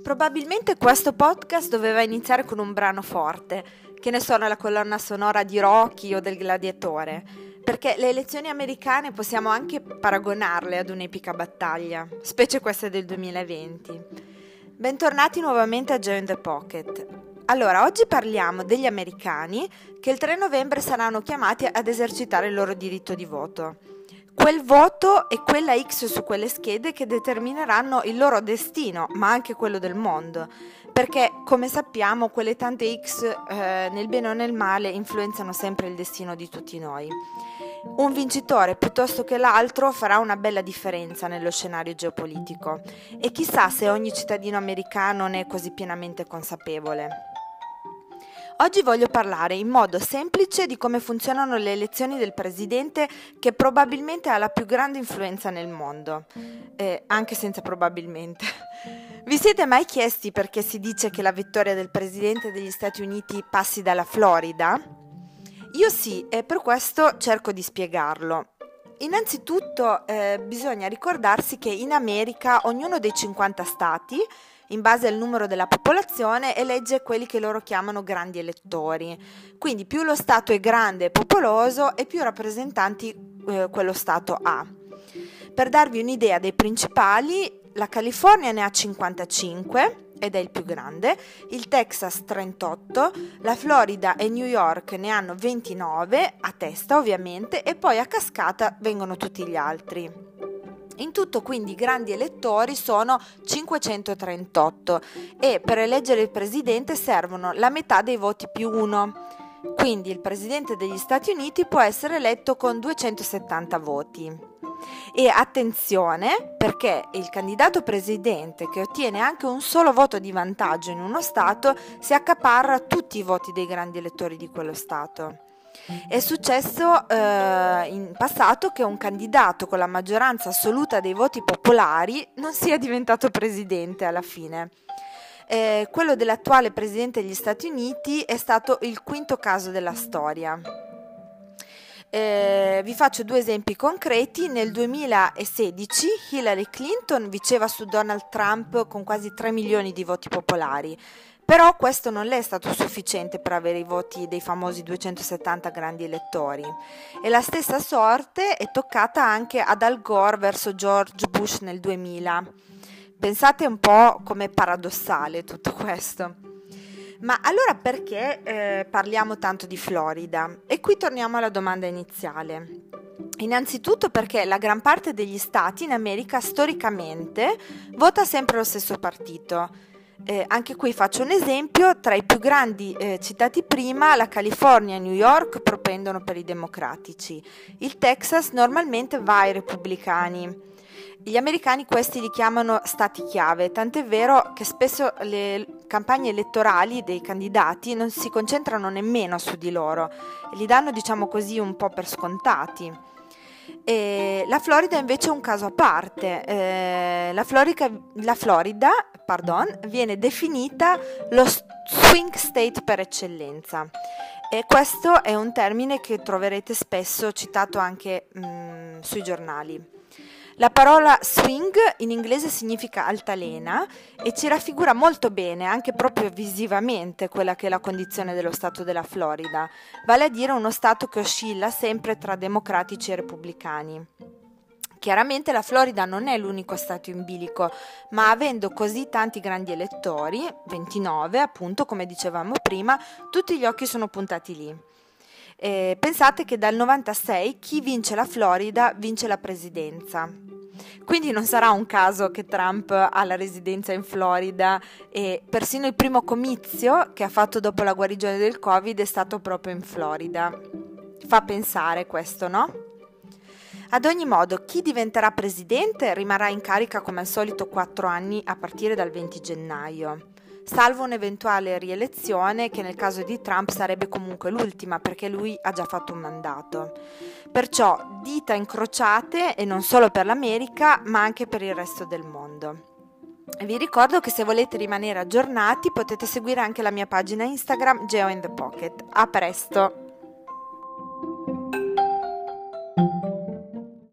Probabilmente questo podcast doveva iniziare con un brano forte, che ne suona la colonna sonora di Rocky o del Gladiatore, perché le elezioni americane possiamo anche paragonarle ad un'epica battaglia, specie queste del 2020. Bentornati nuovamente a Geo in the Pocket. Allora, oggi parliamo degli americani che il 3 novembre saranno chiamati ad esercitare il loro diritto di voto. Quel voto e quella X su quelle schede che determineranno il loro destino, ma anche quello del mondo, perché come sappiamo quelle tante X nel bene o nel male influenzano sempre il destino di tutti noi. Un vincitore piuttosto che l'altro farà una bella differenza nello scenario geopolitico e chissà se ogni cittadino americano ne è così pienamente consapevole. Oggi voglio parlare in modo semplice di come funzionano le elezioni del presidente che probabilmente ha la più grande influenza nel mondo, anche senza probabilmente. Vi siete mai chiesti perché si dice che la vittoria del presidente degli Stati Uniti passi dalla Florida? Io sì, e per questo cerco di spiegarlo. Innanzitutto bisogna ricordarsi che in America ognuno dei 50 stati, in base al numero della popolazione, elegge quelli che loro chiamano grandi elettori. Quindi più lo Stato è grande e popoloso e più rappresentanti quello Stato ha. Per darvi un'idea dei principali, la California ne ha 55 ed è il più grande, il Texas 38, la Florida e New York ne hanno 29, a testa ovviamente, e poi a cascata vengono tutti gli altri. In tutto quindi i grandi elettori sono 538 e per eleggere il presidente servono la metà dei voti più uno. Quindi il presidente degli Stati Uniti può essere eletto con 270 voti. E attenzione, perché il candidato presidente che ottiene anche un solo voto di vantaggio in uno Stato si accaparra tutti i voti dei grandi elettori di quello Stato. È successo in passato che un candidato con la maggioranza assoluta dei voti popolari non sia diventato presidente alla fine. Quello dell'attuale presidente degli Stati Uniti è stato il quinto caso della storia. Vi faccio due esempi concreti. Nel 2016 Hillary Clinton vinceva su Donald Trump con quasi 3 milioni di voti popolari. Però questo non le è stato sufficiente per avere i voti dei famosi 270 grandi elettori. E la stessa sorte è toccata anche ad Al Gore verso George Bush nel 2000. Pensate un po' com'è paradossale tutto questo. Ma allora perché parliamo tanto di Florida? E qui torniamo alla domanda iniziale. Innanzitutto perché la gran parte degli stati in America storicamente vota sempre lo stesso partito. Anche qui faccio un esempio: tra i più grandi citati prima, la California e New York propendono per i democratici, il Texas normalmente va ai repubblicani. Gli americani questi li chiamano stati chiave, tant'è vero che spesso le campagne elettorali dei candidati non si concentrano nemmeno su di loro, li danno, diciamo così, un po' per scontati. La Florida invece è un caso a parte. La Florida, viene definita lo swing state per eccellenza, e questo è un termine che troverete spesso citato anche sui giornali. La parola swing in inglese significa altalena e ci raffigura molto bene, anche proprio visivamente, quella che è la condizione dello stato della Florida, vale a dire uno stato che oscilla sempre tra democratici e repubblicani. Chiaramente la Florida non è l'unico stato in bilico, ma avendo così tanti grandi elettori, 29 appunto come dicevamo prima, tutti gli occhi sono puntati lì. Pensate che dal 96 chi vince la Florida vince la presidenza. Quindi non sarà un caso che Trump ha la residenza in Florida e persino il primo comizio che ha fatto dopo la guarigione del Covid è stato proprio in Florida. Fa pensare questo, no? Ad ogni modo, chi diventerà presidente rimarrà in carica come al solito 4 anni a partire dal 20 gennaio. Salvo un'eventuale rielezione che nel caso di Trump sarebbe comunque l'ultima perché lui ha già fatto un mandato. Perciò dita incrociate e non solo per l'America ma anche per il resto del mondo. Vi ricordo che se volete rimanere aggiornati potete seguire anche la mia pagina Instagram Geo in the Pocket. A presto!